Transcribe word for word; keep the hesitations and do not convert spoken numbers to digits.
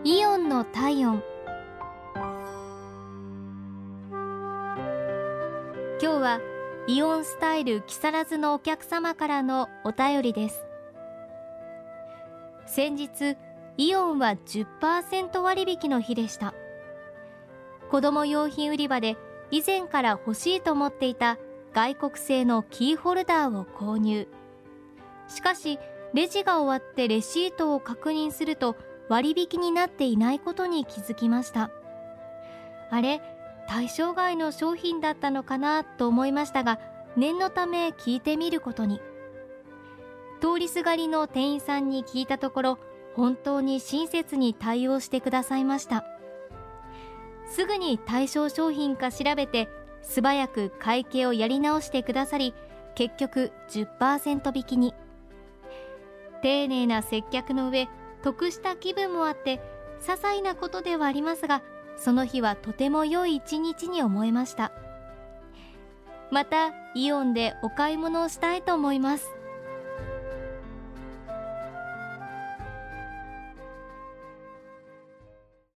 イオンの体温。今日はイオンスタイル木更津のお客様からのお便りです。先日イオンは じゅっパーセント 割引の日でした。子供用品売り場で以前から欲しいと思っていた外国製のキーホルダーを購入。しかしレジが終わってレシートを確認すると割引になっていないことに気づきました。あれ、対象外の商品だったのかなと思いましたが、念のため聞いてみることに。通りすがりの店員さんに聞いたところ、本当に親切に対応してくださいました。すぐに対象商品か調べて素早く会計をやり直してくださり、結局 じゅっパーセント 引きに。丁寧な接客の上、得した気分もあって、些細なことではありますが、その日はとても良い一日に思えました。またイオンでお買い物をしたいと思います。